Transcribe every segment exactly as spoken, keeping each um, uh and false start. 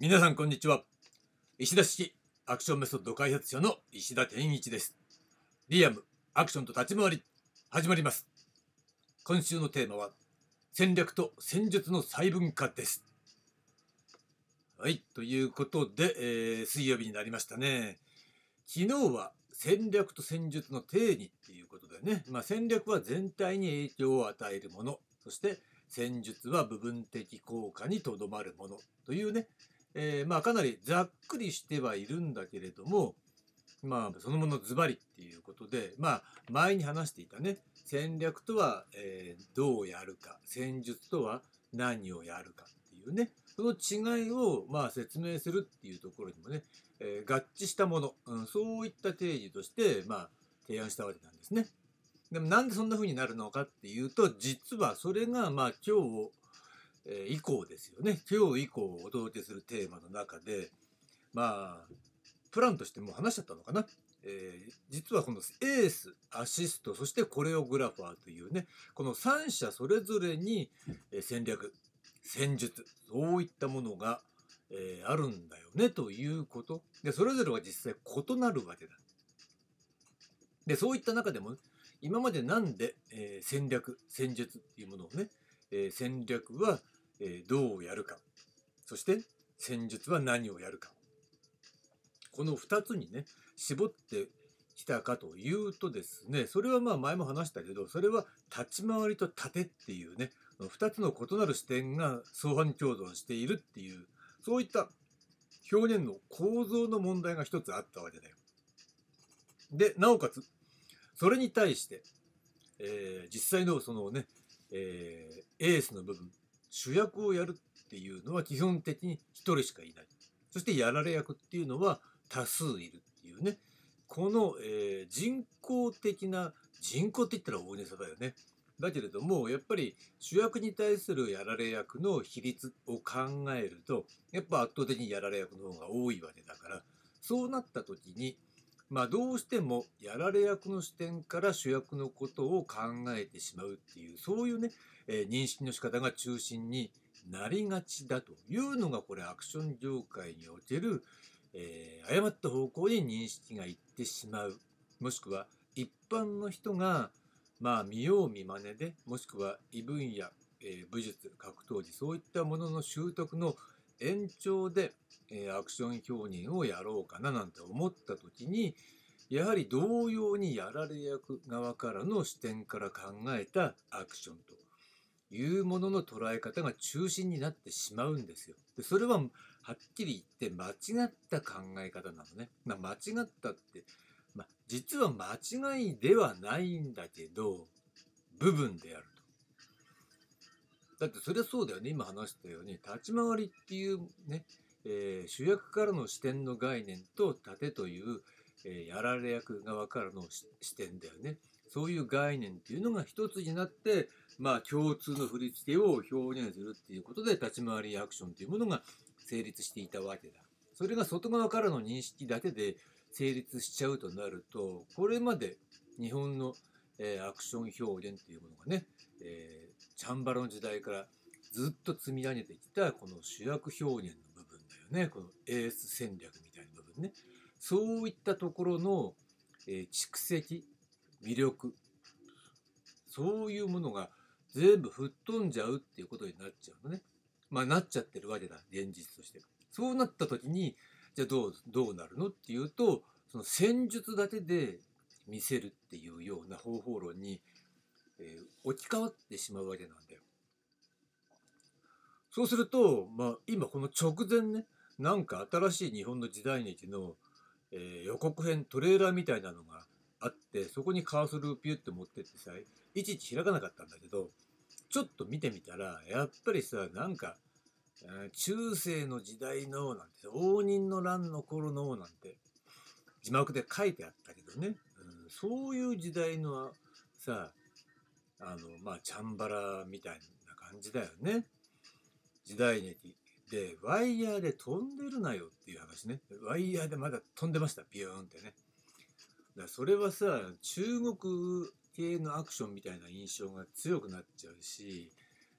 皆さんこんにちは。石田式アクションメソッド開発者の石田健一です。リアムアクションと立ち回り始まります。今週のテーマは戦略と戦術の細分化です。はい、ということで、えー、水曜日になりましたね。昨日は戦略と戦術の定義っていうことでね、まあ、戦略は全体に影響を与えるもの、そして戦術は部分的効果にとどまるものというね、えー、まあかなりざっくりしてはいるんだけれども、まあそのものズバリっていうことで、まあ前に話していたね、戦略とは、えー、どうやるか、戦術とは何をやるかっていうね、その違いをまあ説明するっていうところにもね、えー、合致したもの、うん、そういった定義としてまあ提案したわけなんですね。でもなんでそんな風になるのかっていうと、実はそれがまあ今日えー以降ですよね。今日以降お届けするテーマの中で、まあ、プランとしてもう話しちゃったのかな。えー実はこのエース、アシスト、そしてコレオグラファーというね、このさん者それぞれにえー戦略、戦術、そういったものが、えーあるんだよねということ。で、それぞれは実際異なるわけだ。で、そういった中でも、今までなんで、えー戦略、戦術っていうものをね、えー戦略は、えーどうやるか、そして戦術は何をやるか。このふたつにね、絞ってきたかというとですね、それはまあ前も話したけど、それは立ち回りと盾っていうね、ふたつの異なる視点が相反共存しているっていう、そういった表現の構造の問題が一つあったわけだよ。で、なおかつ、それに対して、えー実際のそのね、えーエースの部分、主役をやるっていうのは基本的にひとりしかいない。そしてやられ役っていうのは多数いるっていうね。この、えー人工的な、人工って言ったら大げさだよね。だけれども、やっぱり主役に対するやられ役の比率を考えると、やっぱ圧倒的にやられ役の方が多いわけだから、そうなった時に、まあどうしてもやられ役の視点から主役のことを考えてしまうっていう、そういうね、えー認識の仕方が中心になりがちだというのが、これアクション業界における、えー誤った方向に認識がいってしまう、もしくは一般の人がまあ見よう見まねで、もしくは異分野、えー武術、格闘技、そういったものの習得の延長で、えーアクション表現をやろうかななんて思った時に、やはり同様にやられ役側からの視点から考えたアクションというものの捉え方が中心になってしまうんですよ。で、それははっきり言って間違った考え方なのね。まあ、間違ったって、まあ、実は間違いではないんだけど、部分であると。だってそれはそうだよね。今話したように、立ち回りっていうね、えー主役からの視点の概念と盾という、えーやられ役側からの視点だよね。そういう概念っていうのが一つになって、まあ共通の振り付けを表現するっていうことで、立ち回りアクションというものが成立していたわけだ。それが外側からの認識だけで成立しちゃうとなると、これまで日本の、えーアクション表現っていうものがね、えーチャンバラの時代からずっと積み上げてきたこの主役表現の部分だよね。このエース戦略みたいな部分ね。そういったところの、えー蓄積、魅力、そういうものが全部吹っ飛んじゃうっていうことになっちゃうのね。まあなっちゃってるわけだ、現実として。そうなった時に、じゃあどう、どうなるのっていうと、その戦術だけで見せるっていうような方法論に、えー置き換わってしまうわけなんだよ。そうすると、まあ今この直前ね、なんか新しい日本の時代劇の、えー予告編、トレーラーみたいなのがあって、そこにカーソルをピュッて持ってってさ、いちいち開かなかったんだけど、ちょっと見てみたら、やっぱりさ、なんか、えー中世の時代の、なんて、応仁の乱の頃の、なんて、字幕で書いてあったけどね、うん、そういう時代のさ、あの、まあ、チャンバラみたいな感じだよね。時代劇。で、ワイヤーで飛んでるなよっていう話ね。ワイヤーでまだ飛んでました、ビューンってね。だからそれはさ、中国系のアクションみたいな印象が強くなっちゃうし、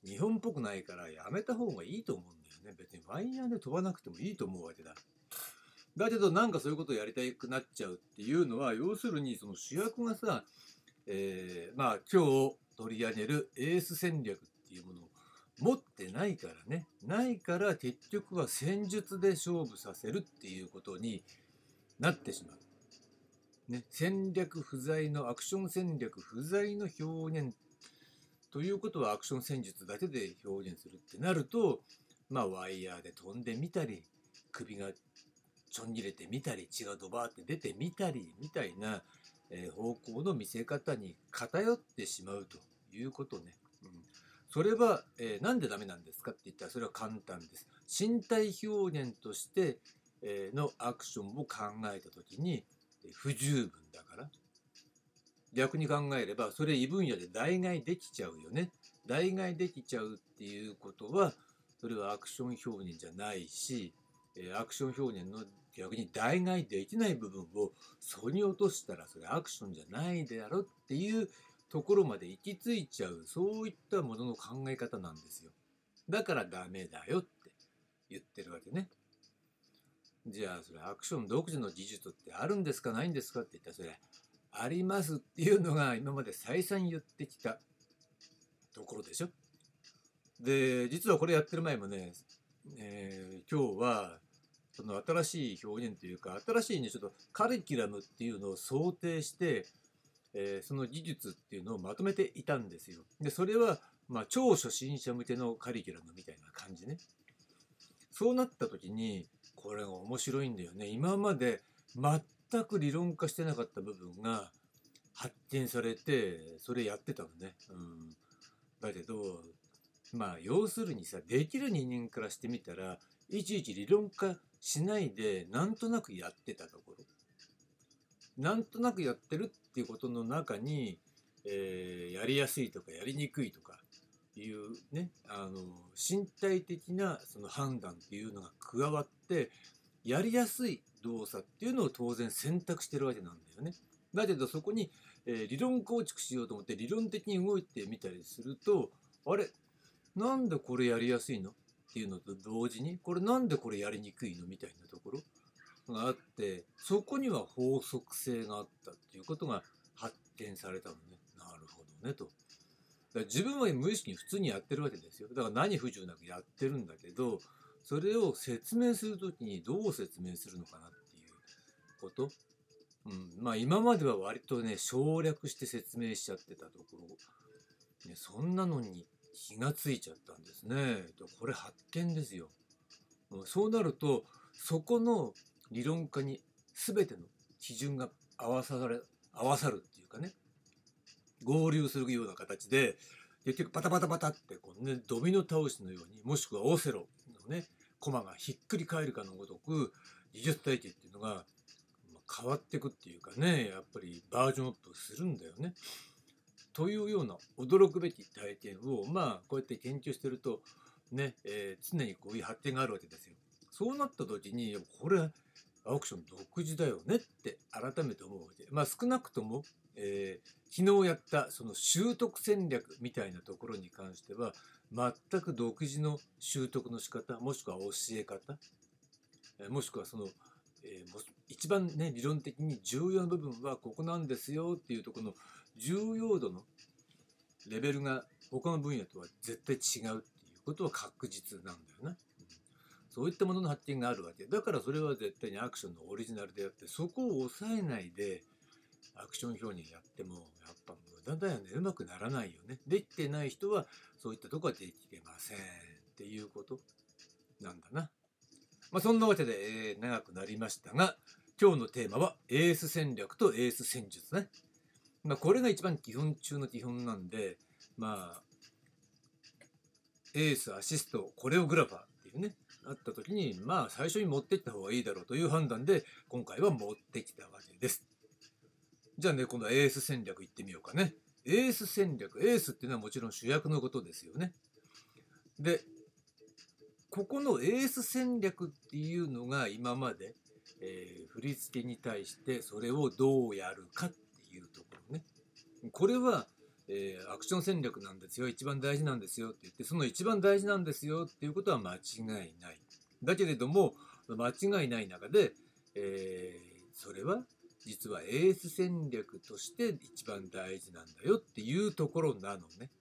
日本っぽくないからやめた方がいいと思うんだよね。別にワイヤーで飛ばなくてもいいと思うわけだ。だけどなんかそういうことをやりたくなっちゃうっていうのは、要するにその主役がさ、えー、まあ今日取り上げるエース戦略っていうものを持ってないからね。ないから結局は戦術で勝負させるっていうことになってしまう。ね、戦略不在のアクション戦略不在の表現ということはアクション戦術だけで表現するってなると、まあワイヤーで飛んでみたり、首がちょん切れてみたり、血がドバーって出てみたりみたいな、えー方向の見せ方に偏ってしまうということね。うん、それは、えーなんでダメなんですかって言ったらそれは簡単です。身体表現として、えーのアクションを考えた時に不十分だから。逆に考えればそれ異分野で代替できちゃうよね。代替できちゃうっていうことはそれはアクション表現じゃないし、アクション表現の逆に代替できない部分をそぎ落としたらそれアクションじゃないであろっていうところまで行き着いちゃう、そういったものの考え方なんですよ。だからダメだよって言ってるわけね。じゃあそれアクション独自の技術ってあるんですかないんですかって言ったらそれありますっていうのが今まで再三言ってきたところでしょ。で実はこれやってる前もね、えー今日はその新しい表現というか新しいねちょっとカリキュラムっていうのを想定して、えーその技術っていうのをまとめていたんですよ。でそれはまあ超初心者向けのカリキュラムみたいな感じね。そうなった時にこれが面白いんだよね。今まで全く理論化してなかった部分が発見されてそれやってたのね。うん、だけどまあ要するにさ、できる人間からしてみたらいちいち理論化しないでなんとなくやってたところ、なんとなくやってるっていうことの中に、えーやりやすいとかやりにくいとかいうね、あの身体的なその判断っていうのが加わってやりやすい動作っていうのを当然選択してるわけなんだよね。だけどそこに、えー理論構築しようと思って理論的に動いてみたりすると、あれなんでこれやりやすいのっていうのと同時にこれなんでこれやりにくいのみたいなところがあって、そこには法則性があったっていうことが発見されたのね。なるほどねと。だから自分は無意識に普通にやってるわけですよ。だから何不自由なくやってるんだけど、それを説明するときにどう説明するのかなっていうこと。うん、まあ今までは割とね省略して説明しちゃってたところ、ね、そんなのに気がついちゃったんですね。これ発見ですよ。うん、そうなるとそこの理論家に全ての基準が合わされ合わさるっていうかね、合流するような形で結局パタパタパタってこう、ね、ドミノ倒しのように、もしくはオセロのねコマがひっくり返るかのごとく技術体系っていうのが変わっていくっていうかね、やっぱりバージョンアップするんだよね。というような驚くべき体験をまあこうやって研究してるとね、えー常にこういう発展があるわけですよ。そうなった時にこれアクション独自だよねって改めて思うわけ。まあ少なくとも、えー昨日やったその習得戦略みたいなところに関しては全く独自の習得の仕方、もしくは教え方、えーもしくはその、えーも一番ね理論的に重要な部分はここなんですよっていうところの重要度のレベルが他の分野とは絶対違うっていうことは確実なんだよな。うん、そういったものの発見があるわけだから、それは絶対にアクションのオリジナルであって、そこを抑えないでアクション表現やってもやっぱ無駄だよね。うまくならないよね。できてない人はそういったとこはできてませんっていうことなんだな。まあそんなわけで、えー長くなりましたが、今日のテーマはエース戦略とエース戦術ね。まあこれが一番基本中の基本なんで、まあエース、アシスト、コレオグラファーっていうね、あった時に、まあ最初に持ってきた方がいいだろうという判断で、今回は持ってきたわけです。じゃあね、今度はエース戦略いってみようかね。エース戦略、エースっていうのはもちろん主役のことですよね。で、ここのエース戦略っていうのが今まで、えー振り付けに対してそれをどうやるかっていうところね。これは、 えーアクション戦略なんですよ、一番大事なんですよって言って、その一番大事なんですよっていうことは間違いない。だけれども、間違いない中で、えーそれは実はエース戦略として一番大事なんだよっていうところなのね。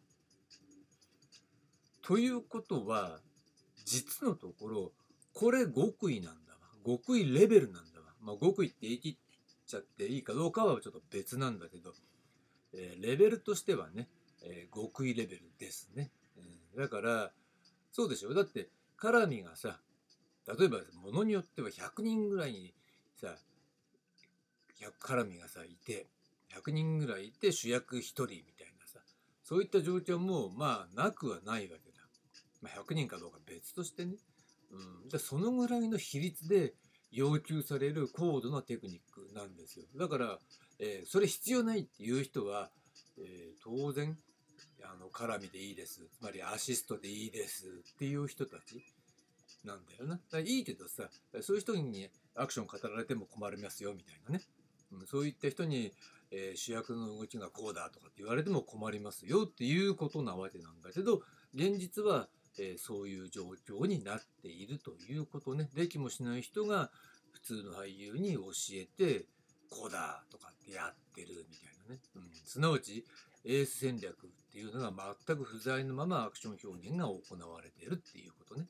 ということは、実のところ、これ極意なんだわ。極意レベルなんだわ。まあ、極意って言い切っちゃっていいかどうかはちょっと別なんだけど、えーレベルとしてはね、えー極意レベルですね。うんだから、そうでしょ。だって、カラミがさ、例えば、ものによってはひゃくにんぐらいにさ、ひゃくカラミがさ、いて、ひゃくにんぐらいいて主役ひとりみたいなさ、そういった状況も、まあ、なくはないわけだ。まあ、ひゃくにんかどうか別としてね。うん、じゃそのぐらいの比率で要求される高度なテクニックなんですよ。だから、えーそれ必要ないっていう人は、えー当然、あの、絡みでいいです。つまりアシストでいいですっていう人たちなんだよな。だからいいけどさ、そういう人にアクション語られても困りますよみたいなね。うん、そういった人に、えー主役の動きがこうだとかって言われても困りますよっていうことなわけなんだけど、現実は、えーそういう状況になっているということね。できもしない人が普通の俳優に教えて、こうだとかってやってるみたいなね。うん、すなわち、エース戦略っていうのが全く不在のままアクション表現が行われているっていうことね。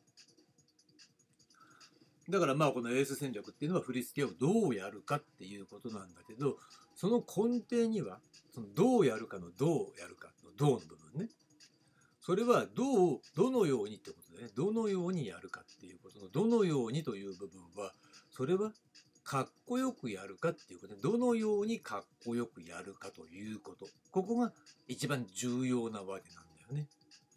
だからまあこのエース戦略っていうのは振り付けをどうやるかっていうことなんだけど、その根底にはそのどうやるかのどうやるかのどうの部分ね。それはどう、どのようにってことでね、どのようにやるかっていうことのどのようにという部分は、それはかっこよくやるかっていうことで、どのようにかっこよくやるかということ。ここが一番重要なわけなんだよね。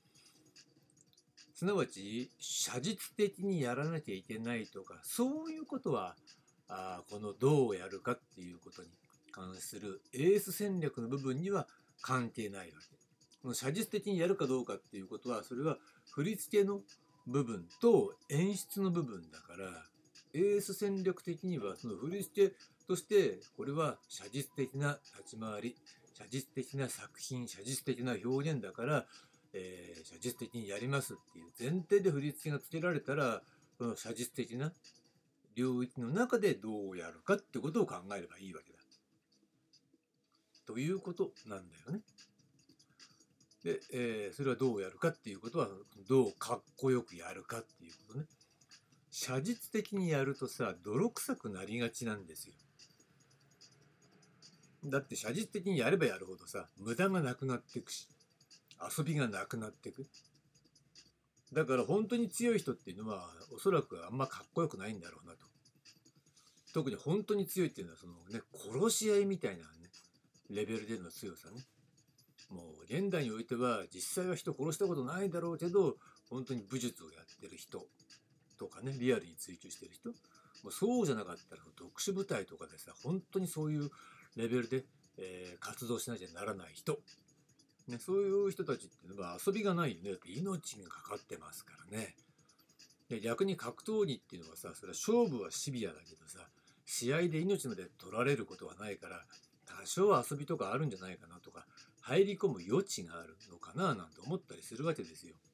すなわち、写実的にやらなきゃいけないとか、そういうことは、あこのどうやるかっていうことに関するエース戦略の部分には関係ないわけ。この写実的にやるかどうかっていうことは、それは振り付けの部分と演出の部分だから、エース戦略的にはその振り付けとして、これは写実的な立ち回り、写実的な作品、写実的な表現だから、えー写実的にやりますっていう前提で振り付けがつけられたら、その写実的な領域の中でどうやるかってことを考えればいいわけだ。ということなんだよね。で、えーそれはどうやるかっていうことは、どうかっこよくやるかっていうことね。写実的にやるとさ、泥臭くなりがちなんですよ。だって写実的にやればやるほどさ、無駄がなくなっていくし、遊びがなくなっていく。だから本当に強い人っていうのは、おそらくあんまかっこよくないんだろうなと。特に本当に強いっていうのは、そのね、殺し合いみたいなね、レベルでの強さね。もう現代においては、実際は人殺したことないだろうけど、本当に武術をやってる人とかね、リアルに追求してる人、もうそうじゃなかったら、特殊部隊とかでさ、本当にそういうレベルで、えー活動しなきゃならない人、ね、そういう人たちっていうのは遊びがないよね。だって命がかかってますからね。で逆に格闘技っていうのはさ、それは勝負はシビアだけどさ、試合で命まで取られることはないから、多少遊びとかあるんじゃないかなとか、入り込む余地があるのかななんて思ったりするわけですよ。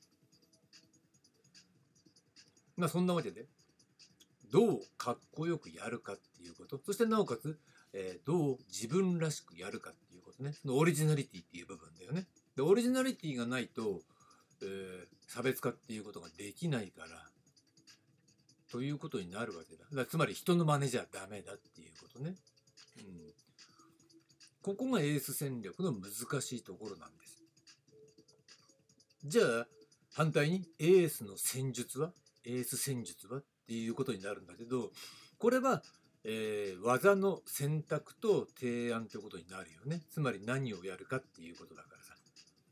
まあそんなわけで、どうかっこよくやるかっていうこと、そしてなおかつ、えーどう自分らしくやるかっていうことね。そのオリジナリティっていう部分だよね。で、オリジナリティがないと、えー差別化っていうことができないから、ということになるわけだ。だからつまり人の真似じゃダメだっていうことね。うん。ここがエース戦略の難しいところなんです。じゃあ、反対にエースの戦術はエース戦術はっていうことになるんだけど、これは、えー技の選択と提案ということになるよね。つまり何をやるかっていうことだからさ。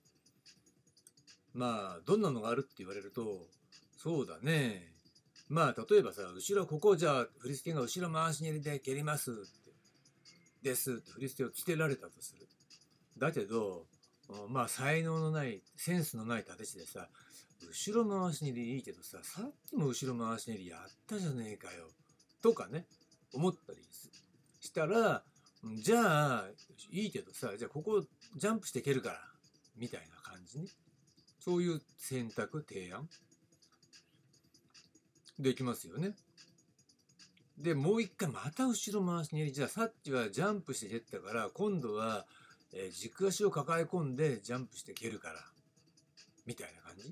まあ、どんなのがあるって言われると、そうだね。まあ、例えばさ、後ろここじゃあ、振り付けが後ろ回し蹴りで蹴りますって、ですって振り付けをつけられたとする。だけど、まあ、才能のない、センスのない立ちでさ、後ろ回し蹴りいいけどさ、さっきも後ろ回し蹴りやったじゃねえかよ。とかね、思ったりしたら、 じゃあいいけどさ、じゃあここジャンプしていけるからみたいな感じね。そういう選択提案できますよね。でもう一回また後ろ回しにやり、じゃあさっきはジャンプして蹴ったから今度は、えー軸足を抱え込んでジャンプして蹴るからみたいな感じ、うん、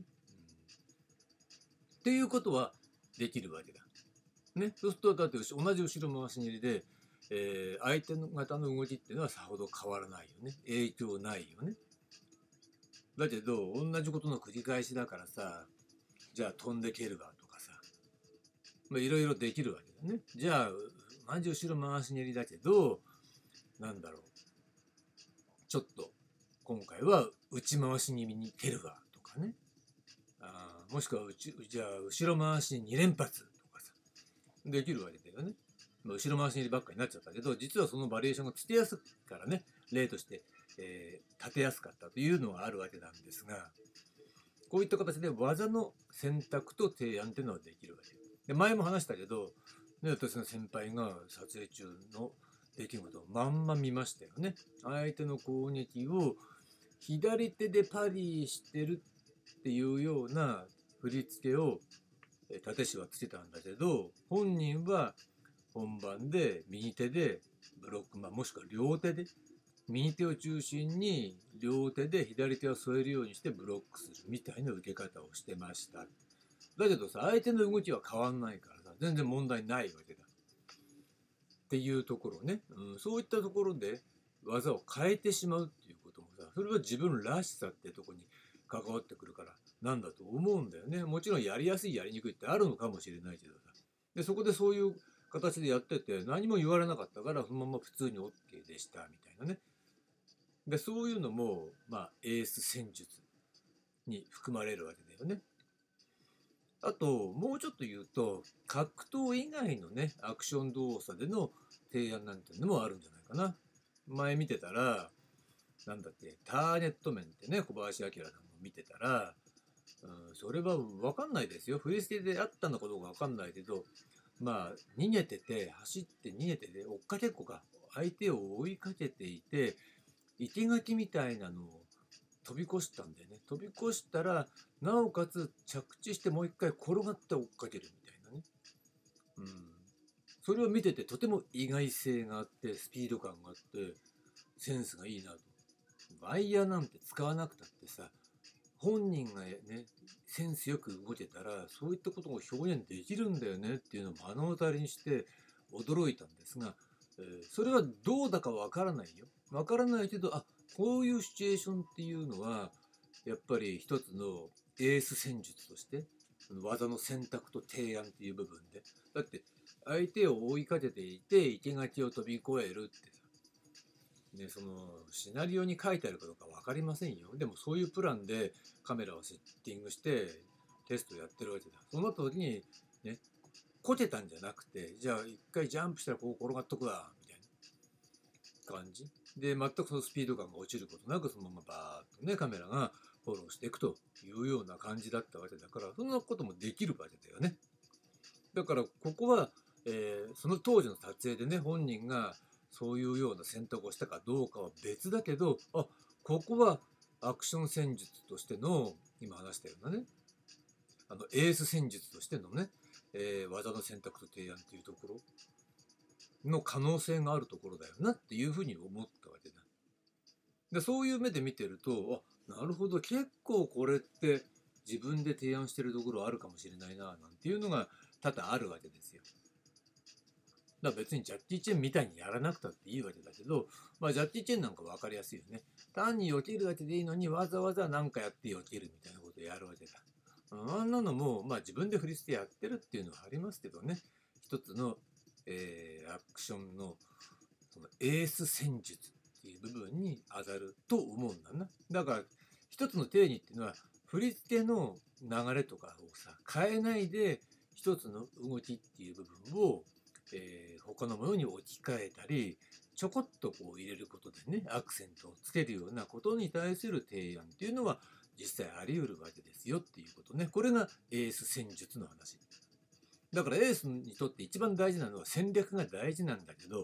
っていうことはできるわけだ。ね、そうするとだって同じ後ろ回し蹴りで、えー相手の方の動きっていうのはさほど変わらないよね。影響ないよね。だけど同じことの繰り返しだからさ、じゃあ飛んで蹴るわとかさ、まあいろいろできるわけだね。じゃあ同じ後ろ回し蹴りだけど、なんだろう、ちょっと今回は内回し気味に蹴るわとかね。あもしくはうちじゃあ後ろ回しに連発とかさ、できるわけだよね。後ろ回し蹴りばっかりになっちゃったけど、実はそのバリエーションがつけやすいからね、例として、えー立てやすかったというのがあるわけなんですが、こういった形で技の選択と提案っていうのはできるわけで、前も話したけど、ね、私の先輩が撮影中の出来事をまんま見ましたよね。相手の攻撃を左手でパリーしてるっていうような振り付けを立石はつけたんだけど、本人は本番で右手でブロック、まあ、もしくは両手で右手を中心に両手で左手を添えるようにしてブロックするみたいな受け方をしてました。だけどさ、相手の動きは変わんないからさ、全然問題ないわけだっていうところね、うん、そういったところで技を変えてしまうっていうこともさ、それは自分らしさってとこに関わってくるからなんだと思うんだよね。もちろんやりやすいやりにくいってあるのかもしれないけどさ、でそこでそういう形でやってて何も言われなかったからそのまま普通に OK でしたみたいなね。でそういうのも、まあ、エース戦術に含まれるわけだよね。あともうちょっと言うと、格闘以外のねアクション動作での提案なんていうのもあるんじゃないかな。前見てたら、なんだっけ、ターゲット面ってね、小林明さんも見てたら、うん、それは分かんないですよ。振り付けであったのかどうか分かんないけど、まあ逃げてて走って逃げてて追っかけっこか、相手を追いかけていて生き垣みたいなのを飛び越したんだよね。飛び越したらなおかつ着地してもう一回転がって追っかけるみたいなね。うん、それを見ててとても意外性があってスピード感があってセンスがいいなと。ワイヤーなんて使わなくたってさ、本人がねセンスよく動けたらそういったことを表現できるんだよねっていうのを目の当たりにして驚いたんですが、えーそれはどうだかわからないよ。わからないけど、あ、こういうシチュエーションっていうのはやっぱり一つのエース戦術として技の選択と提案っていう部分で、だって相手を追いかけていて生垣を飛び越えるってさ、ね、そのシナリオに書いてあるかどうか分かりませんよ。でもそういうプランでカメラをセッティングしてテストやってるわけだ。そうなった時にね、こけたんじゃなくて、じゃあ一回ジャンプしたらこう転がっとくわみたいな感じで、全くそのスピード感が落ちることなくそのままバーッとねカメラがフォローしていくというような感じだったわけだから、そんなこともできるわけだよね。だからここは、えーその当時の撮影でね本人がそういうような選択をしたかどうかは別だけど、あ、ここはアクション戦術としての今話したようなね、あのエース戦術としてのね、えー技の選択と提案っていうところの可能性があるところだよなっていうふうに思ったわけだ。でそういう目で見てると、あ、なるほど、結構これって自分で提案してるところあるかもしれないななんていうのが多々あるわけですよ。だから別にジャッキー・チェンみたいにやらなくたっていいわけだけど、まあ、ジャッキー・チェンなんか分かりやすいよね。単に避けるだけでいいのにわざわざ何かやって避けるみたいなことをやるわけだ。あんなのも、まあ、自分で振り付けやってるっていうのはありますけどね、一つの、えーアクションのそのエース戦術っていう部分に当たると思うんだな。だから一つの定義っていうのは振り付けの流れとかをさ変えないで一つの動きっていう部分を、えー他のものに置き換えたりちょこっとこう入れることでねアクセントをつけるようなことに対する提案っていうのは実際あり得るわけですよっていうことね。これがエース戦術の話だから、エースにとって一番大事なのは戦略が大事なんだけど、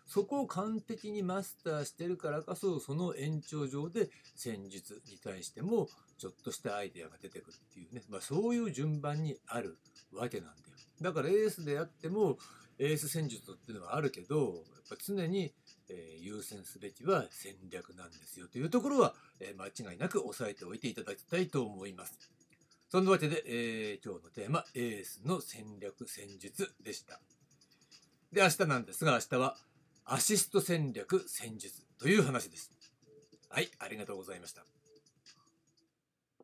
そこを完璧にマスターしてるからこそ、その延長上で戦術に対してもちょっとしたアイデアが出てくるっていうね、まあ、そういう順番にあるわけなんだよ。だからエースであってもエース戦術っていうのはあるけど、やっぱ常に、えー優先すべきは戦略なんですよというところは、えー間違いなく押さえておいていただきたいと思います。そんなわけで、えー今日のテーマ、エースの戦略戦術でした。で、明日なんですが、明日はアシスト戦略戦術という話です。はい、ありがとうございました。